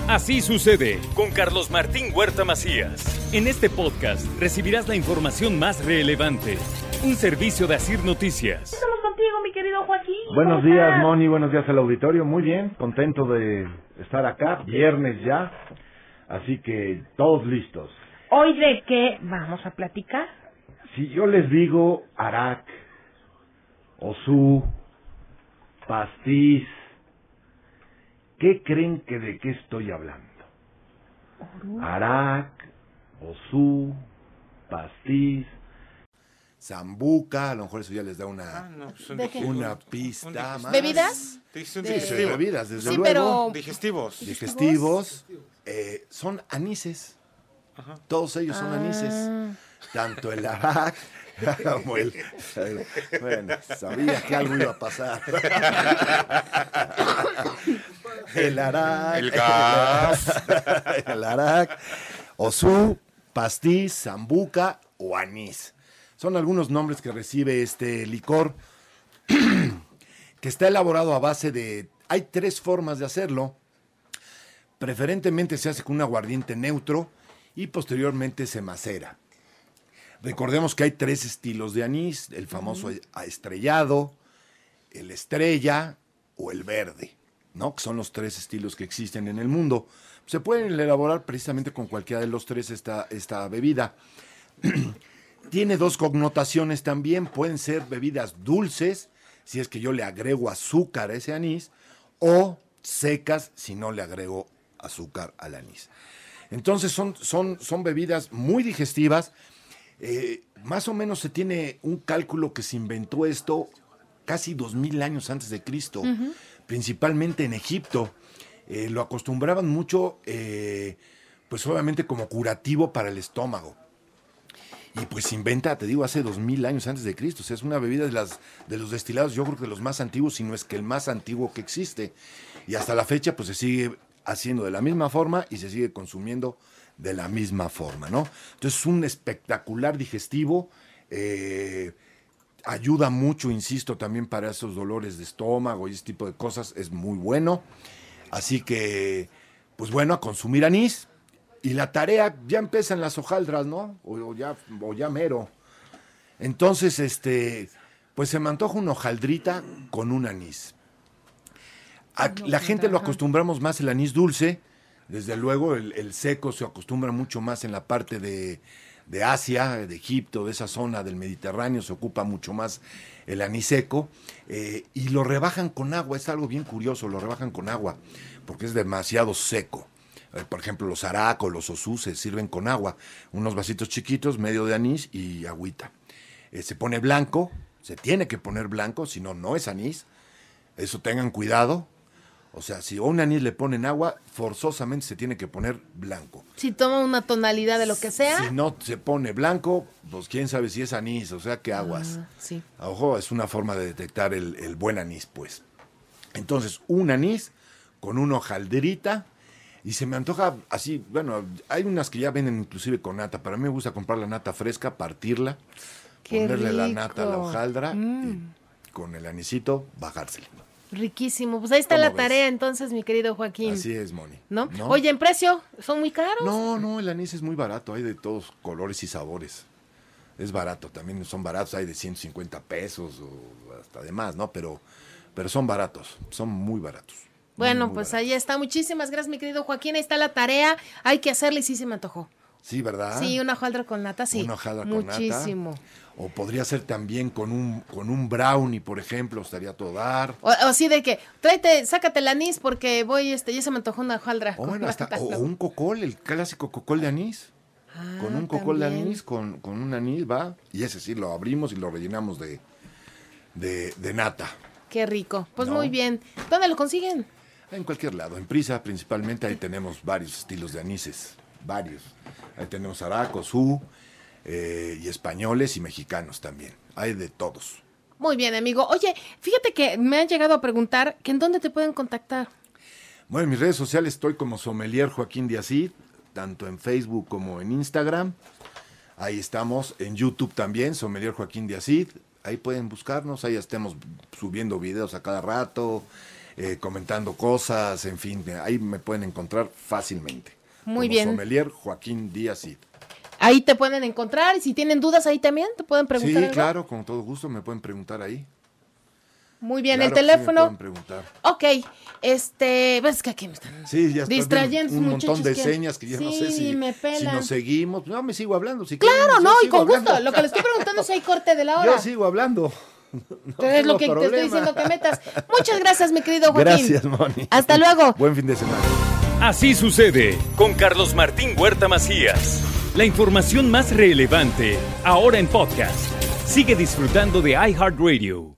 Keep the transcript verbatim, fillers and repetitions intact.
Así sucede con Carlos Martín Huerta Macías. En este podcast recibirás la información más relevante. Un servicio de Asir Noticias. Estamos contigo, mi querido Joaquín. Buenos días, Moni, buenos días al auditorio. Muy bien, contento de estar acá, viernes ya, así que todos listos. ¿Hoy de qué vamos a platicar? Si yo les digo Arak, Osú, Pastiz, ¿qué creen que de qué estoy hablando? Arak, Osú, Pastiz, Zambuca, a lo mejor eso ya les da una, Ah, no, son ¿De qué? una pista más. ¿Bebidas? Son De- Sí, bebidas, desde Sí, luego. pero- digestivos. Digestivos, eh, son anises. Ajá. Todos ellos son anises. Tanto el Arak como el... Bueno, sabía que algo iba a pasar. El Arak. El gas. El Arak, Osú, Pastiz, Zambuca o anís. Son algunos nombres que recibe este licor que está elaborado a base de... Hay tres formas de hacerlo. Preferentemente se hace con un aguardiente neutro y posteriormente se macera. Recordemos que hay tres estilos de anís, el famoso estrellado, el estrella o el verde, ¿no? Que son los tres estilos que existen en el mundo. Se pueden elaborar precisamente con cualquiera de los tres esta, esta bebida. Tiene dos connotaciones también, pueden ser bebidas dulces, si es que yo le agrego azúcar a ese anís, o secas si no le agrego azúcar al anís. Entonces son, son, son bebidas muy digestivas. Eh, más o menos se tiene un cálculo que se inventó esto casi dos mil años antes de Cristo, uh-huh. Principalmente en Egipto. Eh, lo acostumbraban mucho, eh, pues obviamente como curativo para el estómago. Y pues se inventa, te digo, hace dos mil años antes de Cristo. O sea, es una bebida de, las, de los destilados, yo creo que de los más antiguos, si no es que el más antiguo que existe. Y hasta la fecha, pues se sigue haciendo de la misma forma y se sigue consumiendo de la misma forma, ¿no? Entonces es un espectacular digestivo, eh, ayuda mucho, insisto, también para esos dolores de estómago y ese tipo de cosas, es muy bueno. Así que, pues bueno, a consumir anís. Y la tarea, ya empiezan las hojaldras, ¿no? O, o, ya, o ya mero. Entonces, este, pues se me antoja una hojaldrita con un anís. A, la gente lo acostumbramos más el anís dulce. Desde luego, el, el seco se acostumbra mucho más en la parte de, de Asia, de Egipto, de esa zona del Mediterráneo, se ocupa mucho más el anís seco. Eh, y lo rebajan con agua, es algo bien curioso, lo rebajan con agua, porque es demasiado seco. Eh, por ejemplo, los Arak o los Osú se sirven con agua, unos vasitos chiquitos, medio de anís y agüita. Eh, se pone blanco, se tiene que poner blanco, si no, no es anís. Eso tengan cuidado. O sea, si a un anís le ponen agua, forzosamente se tiene que poner blanco. Si toma una tonalidad de lo que sea. Si no se pone blanco, pues quién sabe si es anís, o sea, ¿qué aguas? Ah, sí. Ojo, es una forma de detectar el, el buen anís, pues. Entonces, un anís con una hojaldrita, y se me antoja así, bueno, hay unas que ya venden inclusive con nata, pero a mí me gusta comprar la nata fresca, partirla, Qué ponerle rico. la nata a la hojaldra, Mm. y con el anisito, bajársela. Riquísimo. Pues ahí está ¿Cómo la ves? tarea entonces, mi querido Joaquín. Así es, Moni. ¿No? ¿No? Oye, ¿en precio? ¿Son muy caros? No, no, el anís es muy barato, hay de todos colores y sabores. Es barato, también son baratos, hay de ciento cincuenta pesos o hasta de más, ¿no? Pero, pero son baratos, son muy baratos. Bueno, muy, muy pues baratos. ahí está. Muchísimas gracias, mi querido Joaquín. Ahí está la tarea. Hay que hacerla y sí se me antojó. Sí, ¿verdad? Sí, una hojaldra con nata, sí. Una hojaldra con nata. Muchísimo. O podría ser también con un, con un brownie, por ejemplo, estaría a todo dar. O, o así de que, tráete, sácate el anís porque voy, este, ya se me antojó una hojaldra. O con bueno, hasta, nata. o, o un cocol, el clásico cocol de anís. Ah, Con un cocol de también. anís, con, con un anís, va. Y ese sí, lo abrimos y lo rellenamos de, de, de nata. Qué rico. Pues No. muy bien. ¿Dónde lo consiguen? En cualquier lado, en Prisa principalmente, ahí tenemos varios estilos de anises, varios. Ahí tenemos Arak, Osú, eh, y españoles y mexicanos también. Hay de todos. Muy bien, amigo. Oye, fíjate que me han llegado a preguntar que en dónde te pueden contactar. Bueno, en mis redes sociales estoy como Sommelier Joaquín de Acid, tanto en Facebook como en Instagram. Ahí estamos, en YouTube también, Sommelier Joaquín de Acid. Ahí pueden buscarnos, ahí estemos subiendo videos a cada rato. eh, comentando cosas, en fin, ahí me pueden encontrar fácilmente. Muy Como bien. sommelier Joaquín Díaz Cid. Ahí te pueden encontrar y si tienen dudas ahí también te pueden preguntar Sí, algo. claro, con todo gusto me pueden preguntar ahí. Muy bien, Claro el que sí me teléfono. pueden preguntar. Ok, este, pues es que aquí me están Sí, ya está distrayendo un muchachos montón de que- señas que yo no Sí, sé si, me si pelan. nos seguimos. No, me sigo hablando. Si Claro, quieren, no, yo y sigo con gusto. hablando. Lo que le estoy preguntando es si hay corte de la hora. Yo sigo hablando. No Entonces es lo tengo que te estoy problema. diciendo que metas. Muchas gracias, mi querido Joaquín. Gracias, Moni. Hasta luego. Buen fin de semana. Así sucede con Carlos Martín Huerta Macías. La información más relevante, ahora en podcast. Sigue disfrutando de iHeartRadio.